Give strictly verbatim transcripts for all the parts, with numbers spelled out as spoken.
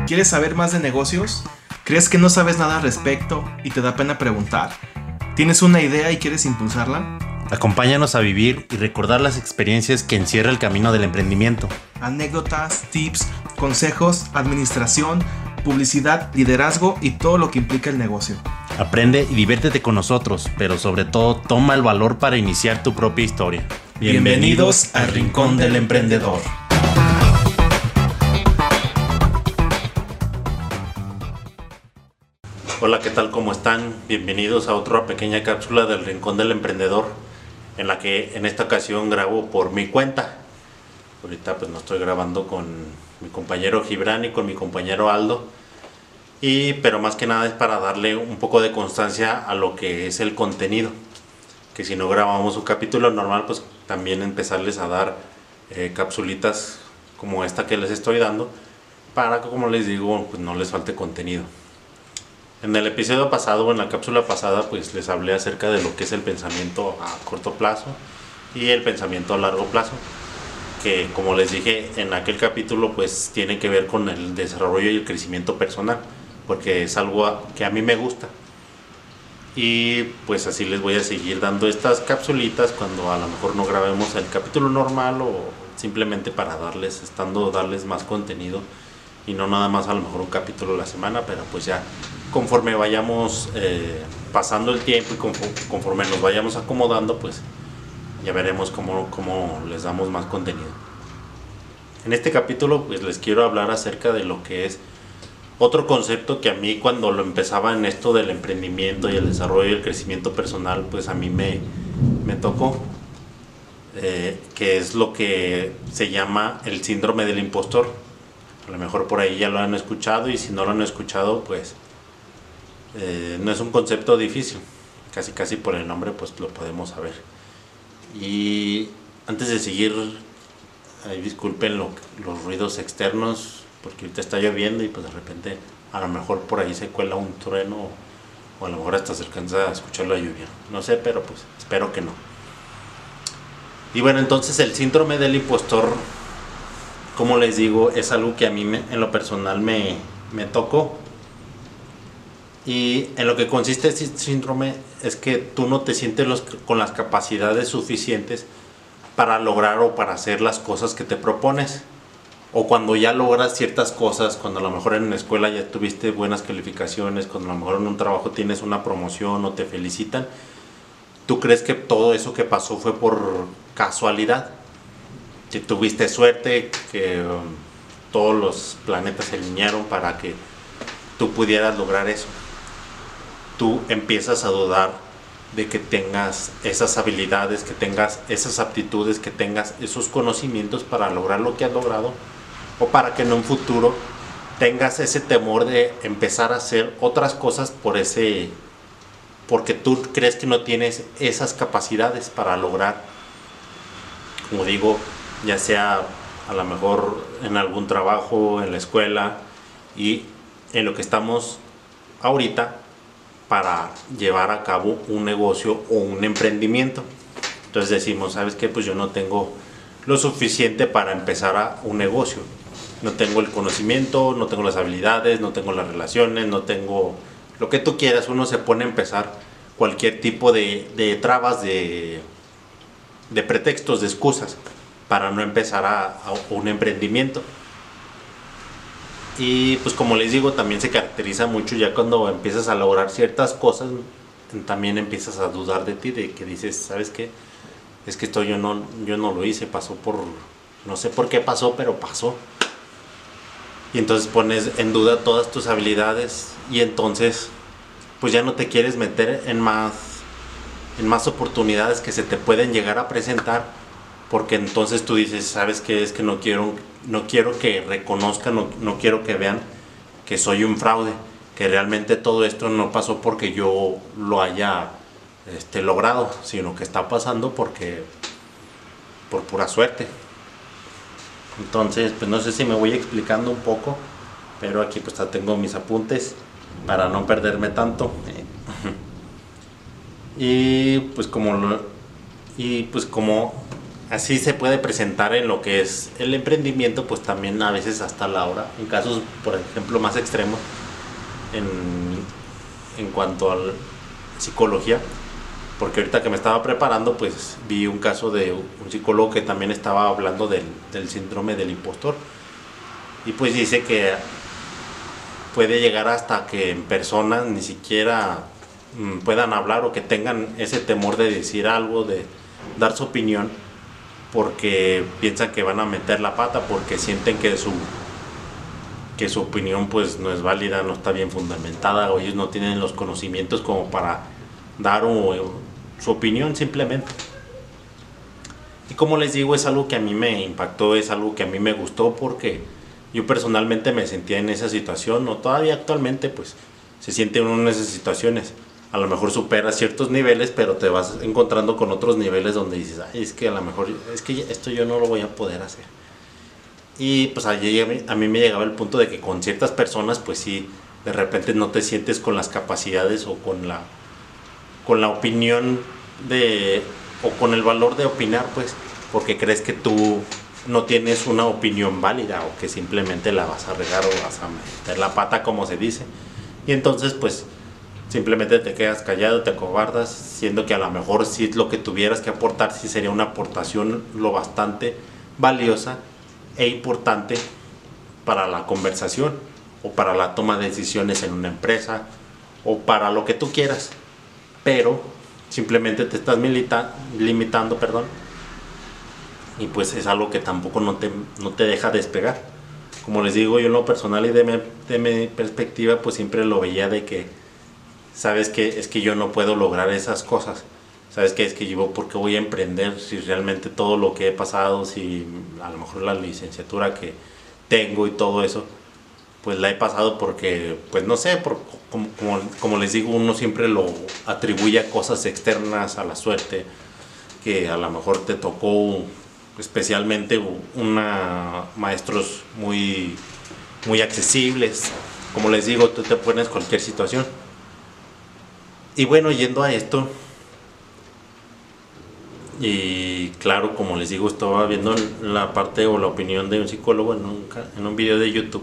¿Quieres saber más de negocios? ¿Crees que no sabes nada al respecto y te da pena preguntar? ¿Tienes una idea y quieres impulsarla? Acompáñanos a vivir y recordar las experiencias que encierra el camino del emprendimiento. Anécdotas, tips, consejos, administración, publicidad, liderazgo y todo lo que implica el negocio. Aprende y diviértete con nosotros, pero sobre todo toma el valor para iniciar tu propia historia. Bienvenidos al Rincón del Emprendedor. Hola, ¿qué tal? ¿Cómo están? Bienvenidos a otra pequeña cápsula del Rincón del Emprendedor, en la que en esta ocasión grabo por mi cuenta. Ahorita pues no estoy grabando con mi compañero Gibran y con mi compañero Aldo, y, pero más que nada es para darle un poco de constancia a lo que es el contenido, que si no grabamos un capítulo normal, pues también empezarles a dar eh, capsulitas como esta que les estoy dando, para que, como les digo, pues no les falte contenido. En el episodio pasado, o en la cápsula pasada, pues les hablé acerca de lo que es el pensamiento a corto plazo y el pensamiento a largo plazo, que, como les dije en aquel capítulo, pues tiene que ver con el desarrollo y el crecimiento personal, porque es algo que a mí me gusta. Y pues así les voy a seguir dando estas capsulitas cuando a lo mejor no grabemos el capítulo normal, o simplemente para darles, estando darles más contenido y no nada más a lo mejor un capítulo a la semana, pero pues ya conforme vayamos eh, pasando el tiempo y conforme, conforme nos vayamos acomodando, pues ya veremos cómo, cómo les damos más contenido. En este capítulo pues les quiero hablar acerca de lo que es otro concepto que a mí, cuando lo empezaba en esto del emprendimiento y el desarrollo y el crecimiento personal, pues a mí me, me tocó, eh, que es lo que se llama el síndrome del impostor. A lo mejor por ahí ya lo han escuchado, y si no lo han escuchado, pues eh, no es un concepto difícil, casi casi por el nombre pues lo podemos saber. Y antes de seguir, eh, disculpen lo, los ruidos externos, porque ahorita está lloviendo y pues de repente a lo mejor por ahí se cuela un trueno, o a lo mejor hasta se alcanza a escuchar la lluvia, no sé, pero pues espero que no. Y bueno, entonces el síndrome del impostor, como les digo, es algo que a mí me, en lo personal me, me tocó. Y en lo que consiste este síndrome es que tú no te sientes los, con las capacidades suficientes para lograr o para hacer las cosas que te propones. O cuando ya logras ciertas cosas, cuando a lo mejor en la escuela ya tuviste buenas calificaciones, cuando a lo mejor en un trabajo tienes una promoción o te felicitan, tú crees que todo eso que pasó fue por casualidad, que tuviste suerte, que um, todos los planetas se alinearon para que tú pudieras lograr eso. Tú empiezas a dudar de que tengas esas habilidades, que tengas esas aptitudes, que tengas esos conocimientos para lograr lo que has logrado, o para que en un futuro tengas ese temor de empezar a hacer otras cosas por ese, porque tú crees que no tienes esas capacidades para lograr, como digo, ya sea a lo mejor en algún trabajo, en la escuela, y en lo que estamos ahorita, para llevar a cabo un negocio o un emprendimiento. Entonces decimos, ¿sabes qué? Pues yo no tengo lo suficiente para empezar a un negocio. No tengo el conocimiento, no tengo las habilidades, no tengo las relaciones, no tengo lo que tú quieras. Uno se pone a empezar cualquier tipo de, de trabas, de, de pretextos, de excusas, para no empezar a, a un emprendimiento. Y pues como les digo, también se caracteriza mucho ya cuando empiezas a lograr ciertas cosas, también empiezas a dudar de ti, de que dices, ¿sabes qué? Es que esto yo no, yo no lo hice, pasó por, no sé por qué pasó, pero pasó. Y entonces pones en duda todas tus habilidades, y entonces pues ya no te quieres meter en más, en más oportunidades que se te pueden llegar a presentar, porque entonces tú dices, ¿sabes qué? Es que no quiero, no quiero que reconozcan, no, no quiero que vean que soy un fraude, que realmente todo esto no pasó porque yo lo haya este, logrado, sino que está pasando porque por pura suerte. Entonces, pues no sé si me voy explicando un poco, pero aquí pues ya tengo mis apuntes para no perderme tanto. Y pues como lo, y pues como así se puede presentar en lo que es el emprendimiento, pues también a veces hasta la hora, en casos, por ejemplo, más extremos, en, en cuanto a psicología, porque ahorita que me estaba preparando, pues vi un caso de un psicólogo que también estaba hablando del, del síndrome del impostor, y pues dice que puede llegar hasta que en personas ni siquiera mm, puedan hablar o que tengan ese temor de decir algo, de dar su opinión, porque piensan que van a meter la pata, porque sienten que su que su opinión pues no es válida, no está bien fundamentada, o ellos no tienen los conocimientos como para dar un, su opinión simplemente. Y como les digo, es algo que a mí me impactó, es algo que a mí me gustó, porque yo personalmente me sentía en esa situación, o todavía actualmente pues se siente uno en esas situaciones. A lo mejor superas ciertos niveles, pero te vas encontrando con otros niveles donde dices, ay, es que a lo mejor, es que esto yo no lo voy a poder hacer. Y pues allí a mí me llegaba el punto de que con ciertas personas, pues sí, de repente no te sientes con las capacidades o con la, con la opinión de, o con el valor de opinar, pues, porque crees que tú no tienes una opinión válida, o que simplemente la vas a regar o vas a meter la pata, como se dice. Y entonces, pues, simplemente te quedas callado, te acobardas, siendo que a lo mejor sí lo que tuvieras que aportar sí sería una aportación lo bastante valiosa e importante para la conversación, o para la toma de decisiones en una empresa, o para lo que tú quieras, pero simplemente te estás milita, limitando, perdón, y pues es algo que tampoco no te, no te deja despegar. Como les digo, yo en lo personal y de mi, de mi perspectiva, pues siempre lo veía de que, sabes que es que yo no puedo lograr esas cosas. ¿Sabes qué? Es que yo, ¿por qué voy a emprender si realmente todo lo que he pasado, si a lo mejor la licenciatura que tengo y todo eso, pues la he pasado porque, pues no sé, por, como, como, como les digo, uno siempre lo atribuye a cosas externas, a la suerte, que a lo mejor te tocó especialmente una, maestros muy, muy accesibles. Como les digo, tú te pones cualquier situación. Y bueno, yendo a esto, y claro, como les digo, estaba viendo la parte o la opinión de un psicólogo en un, en un video de YouTube.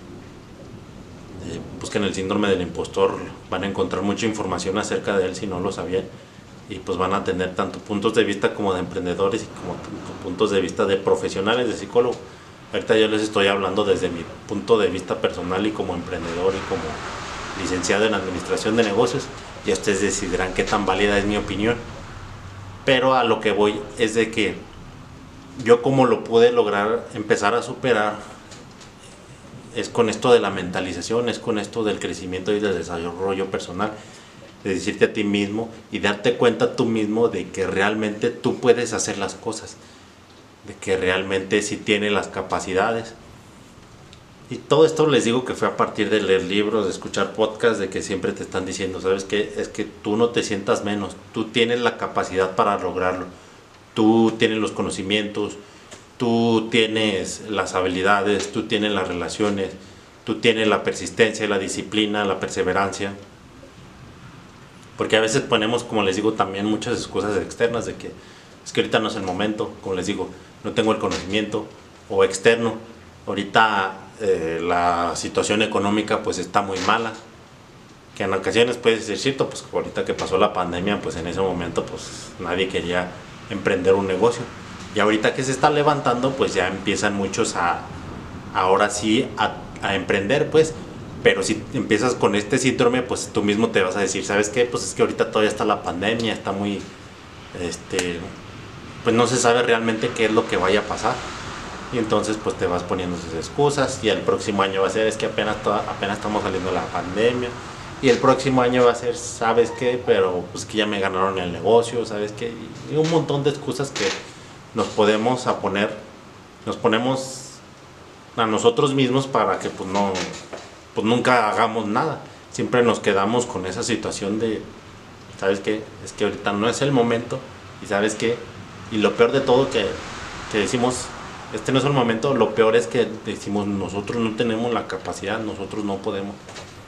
Eh, busquen el síndrome del impostor, van a encontrar mucha información acerca de él si no lo sabían, y pues van a tener tanto puntos de vista como de emprendedores y como puntos de vista de profesionales de psicólogo. Ahorita yo les estoy hablando desde mi punto de vista personal y como emprendedor y como licenciado en administración de negocios, y ustedes decidirán qué tan válida es mi opinión. Pero a lo que voy es de que yo como lo pude lograr empezar a superar es con esto de la mentalización, es con esto del crecimiento y del desarrollo personal, de decirte a ti mismo y darte cuenta tú mismo de que realmente tú puedes hacer las cosas, de que realmente sí tienes las capacidades. Y todo esto les digo que fue a partir de leer libros, de escuchar podcasts, de que siempre te están diciendo, ¿sabes qué? Es que tú no te sientas menos, tú tienes la capacidad para lograrlo, tú tienes los conocimientos, tú tienes las habilidades, tú tienes las relaciones, tú tienes la persistencia, la disciplina, la perseverancia. Porque a veces ponemos, como les digo, también muchas excusas externas de que es que ahorita no es el momento, como les digo, no tengo el conocimiento, o externo, ahorita eh, la situación económica pues está muy mala, que en ocasiones puede ser cierto, pues ahorita que pasó la pandemia, pues en ese momento pues nadie quería emprender un negocio, y ahorita que se está levantando pues ya empiezan muchos a, ahora sí a, a emprender, pues, pero si empiezas con este síndrome, pues tú mismo te vas a decir, ¿sabes qué? Pues es que ahorita todavía está la pandemia, está muy, este, pues no se sabe realmente qué es lo que vaya a pasar. Y entonces pues te vas poniendo sus excusas, y el próximo año va a ser, es que apenas, toda, apenas estamos saliendo de la pandemia, y el próximo año va a ser, ¿sabes qué? Pero pues que ya me ganaron el negocio, ¿sabes qué? Y un montón de excusas que nos podemos a poner, nos ponemos a nosotros mismos para que pues no, pues nunca hagamos nada. Siempre nos quedamos con esa situación de, ¿sabes qué? Es que ahorita no es el momento, y ¿sabes qué? Y lo peor de todo que, que decimos, este no es el momento, lo peor es que decimos, nosotros no tenemos la capacidad, nosotros no podemos.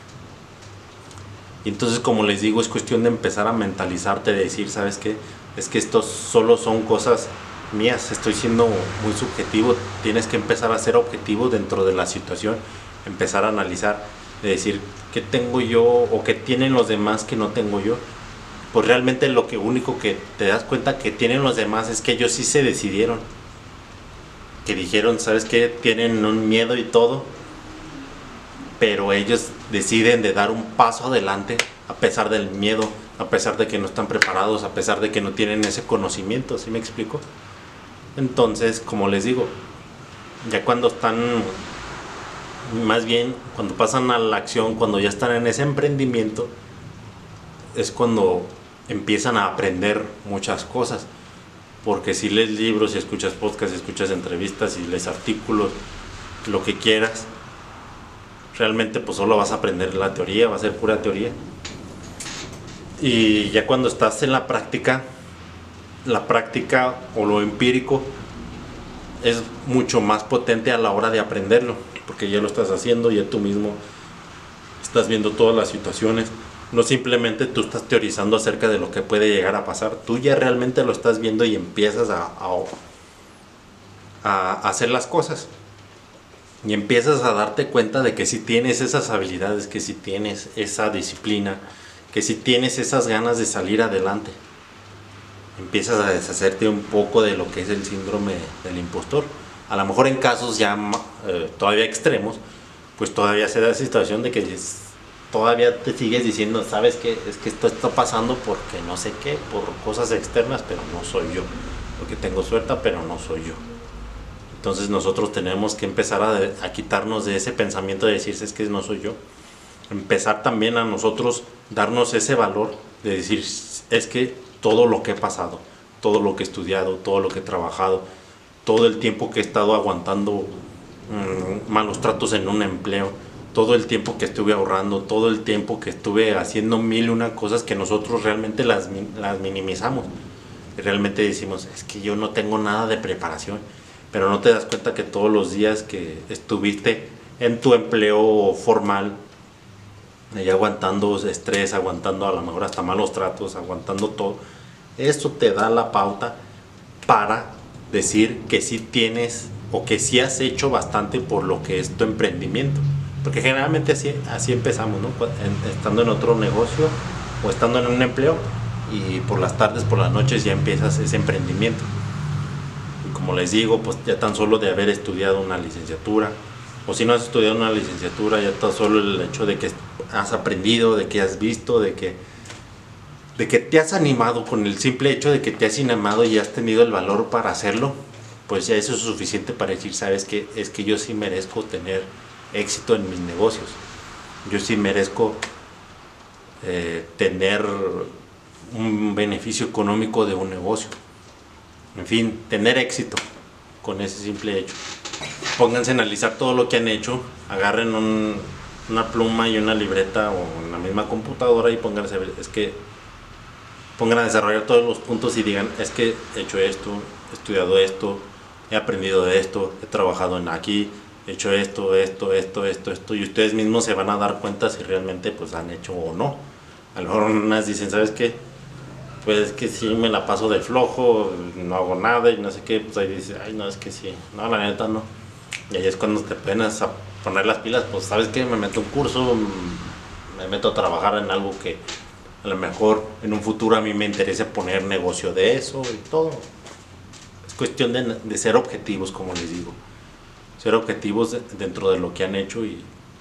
Y entonces, como les digo, es cuestión de empezar a mentalizarte, de decir, ¿sabes qué? Es que estos solo son cosas mías, estoy siendo muy subjetivo. Tienes que empezar a ser objetivo dentro de la situación, empezar a analizar, de decir qué tengo yo o qué tienen los demás que no tengo yo. Pues realmente lo que único que te das cuenta que tienen los demás es que ellos sí se decidieron, que dijeron, ¿sabes qué? Tienen un miedo y todo, pero ellos deciden de dar un paso adelante a pesar del miedo, a pesar de que no están preparados, a pesar de que no tienen ese conocimiento. ¿Sí me explico? Entonces, como les digo, ya cuando están, más bien cuando pasan a la acción, cuando ya están en ese emprendimiento, es cuando empiezan a aprender muchas cosas. Porque si lees libros, si escuchas podcasts, si escuchas entrevistas, si lees artículos, lo que quieras, realmente pues solo vas a aprender la teoría, va a ser pura teoría. Y ya cuando estás en la práctica, la práctica o lo empírico es mucho más potente a la hora de aprenderlo, porque ya lo estás haciendo, ya tú mismo estás viendo todas las situaciones. No simplemente tú estás teorizando acerca de lo que puede llegar a pasar, tú ya realmente lo estás viendo y empiezas a, a, a hacer las cosas. Y empiezas a darte cuenta de que si tienes esas habilidades, que si tienes esa disciplina, que si tienes esas ganas de salir adelante. Empiezas a deshacerte un poco de lo que es el síndrome del impostor. A lo mejor en casos ya eh, todavía extremos, pues todavía se da esa situación de que es, todavía te sigues diciendo, sabes que es que esto está pasando porque no sé qué, por cosas externas, pero no soy yo, porque tengo suerte, pero no soy yo. Entonces nosotros tenemos que empezar a, a quitarnos de ese pensamiento de decirse es que no soy yo, empezar también a nosotros darnos ese valor de decir es que todo lo que he pasado, todo lo que he estudiado, todo lo que he trabajado, todo el tiempo que he estado aguantando mmm, malos tratos en un empleo, todo el tiempo que estuve ahorrando, todo el tiempo que estuve haciendo mil y una cosas que nosotros realmente las, las minimizamos. Y realmente decimos, es que yo no tengo nada de preparación, pero no te das cuenta que todos los días que estuviste en tu empleo formal, ahí aguantando estrés, aguantando a lo mejor hasta malos tratos, aguantando todo, eso te da la pauta para decir que sí tienes o que sí has hecho bastante por lo que es tu emprendimiento. Porque generalmente así, así empezamos, ¿no? Estando en otro negocio o estando en un empleo y por las tardes, por las noches ya empiezas ese emprendimiento. Y como les digo, pues ya tan solo de haber estudiado una licenciatura, o si no has estudiado una licenciatura, ya tan solo el hecho de que has aprendido, de que has visto, de que, de que te has animado, con el simple hecho de que te has animado y has tenido el valor para hacerlo, pues ya eso es suficiente para decir, sabes que es que yo sí merezco tener éxito en mis negocios, yo sí merezco eh, tener un beneficio económico de un negocio, en fin, tener éxito con ese simple hecho. Pónganse a analizar todo lo que han hecho, agarren un, una pluma y una libreta o una misma computadora y pónganse a ver, es que pongan a desarrollar todos los puntos y digan, es que he hecho esto, he estudiado esto, he aprendido de esto, he trabajado en aquí, he hecho esto, esto, esto, esto, esto, y ustedes mismos se van a dar cuenta si realmente pues han hecho o no. A lo mejor unas dicen, ¿sabes qué? Pues es que sí me la paso de flojo, no hago nada y no sé qué, pues ahí dice, ay no, es que sí, no, la neta no. Y ahí es cuando te pones a poner las pilas, pues sabes qué, me meto a un curso, me meto a trabajar en algo que a lo mejor en un futuro a mí me interese poner negocio de eso y todo. Es cuestión de, de ser objetivos, como les digo. Ser objetivos de, dentro de lo que han hecho y, y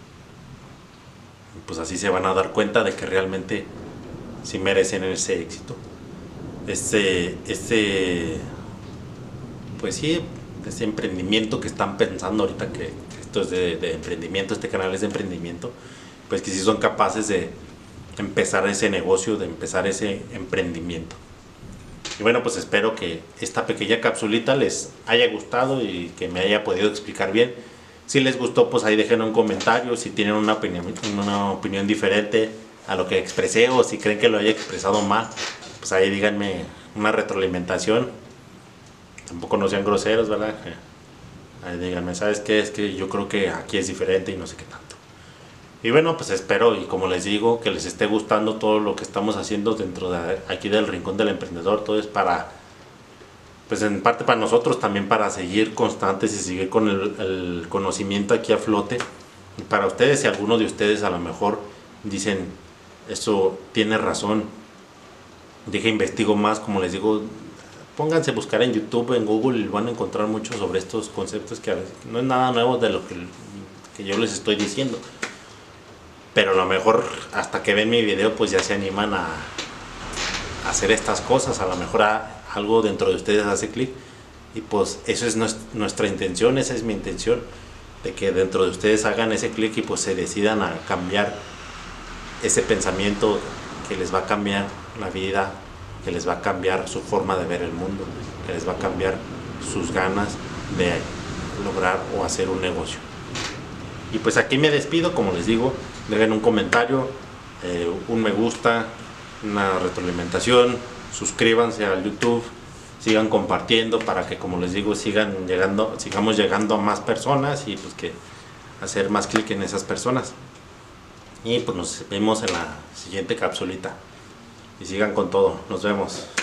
pues así se van a dar cuenta de que realmente sí merecen ese éxito. Ese, ese, pues sí, ese emprendimiento que están pensando ahorita que, que esto es de, de emprendimiento, este canal es de emprendimiento, pues que sí son capaces de empezar ese negocio, de empezar ese emprendimiento. Y bueno, pues espero que esta pequeña capsulita les haya gustado y que me haya podido explicar bien. Si les gustó, pues ahí dejen un comentario, si tienen una opinión, una opinión diferente a lo que expresé o si creen que lo haya expresado mal, pues ahí díganme una retroalimentación. Tampoco no sean groseros, ¿verdad? Ahí díganme, ¿sabes qué? Es que yo creo que aquí es diferente y no sé qué tanto. Y bueno, pues espero y como les digo, que les esté gustando todo lo que estamos haciendo dentro de aquí del Rincón del Emprendedor. Todo es para, pues en parte para nosotros, también para seguir constantes y seguir con el, el conocimiento aquí a flote. Y para ustedes, si alguno de ustedes a lo mejor dicen, esto tiene razón, dije investigo más, como les digo, pónganse a buscar en YouTube, en Google, y van a encontrar mucho sobre estos conceptos que a veces no es nada nuevo de lo que, que yo les estoy diciendo. Pero a lo mejor hasta que ven mi video pues ya se animan a, a hacer estas cosas. A lo mejor a, algo dentro de ustedes hace clic, y pues eso es nuestra intención, esa es mi intención, de que dentro de ustedes hagan ese clic y pues se decidan a cambiar ese pensamiento que les va a cambiar la vida, que les va a cambiar su forma de ver el mundo, que les va a cambiar sus ganas de lograr o hacer un negocio. Y pues aquí me despido, como les digo, dejen un comentario, eh, un me gusta, una retroalimentación, suscríbanse al YouTube, sigan compartiendo para que, como les digo, sigan llegando, sigamos llegando a más personas y pues que hacer más clic en esas personas. Y pues nos vemos en la siguiente capsulita y sigan con todo, nos vemos.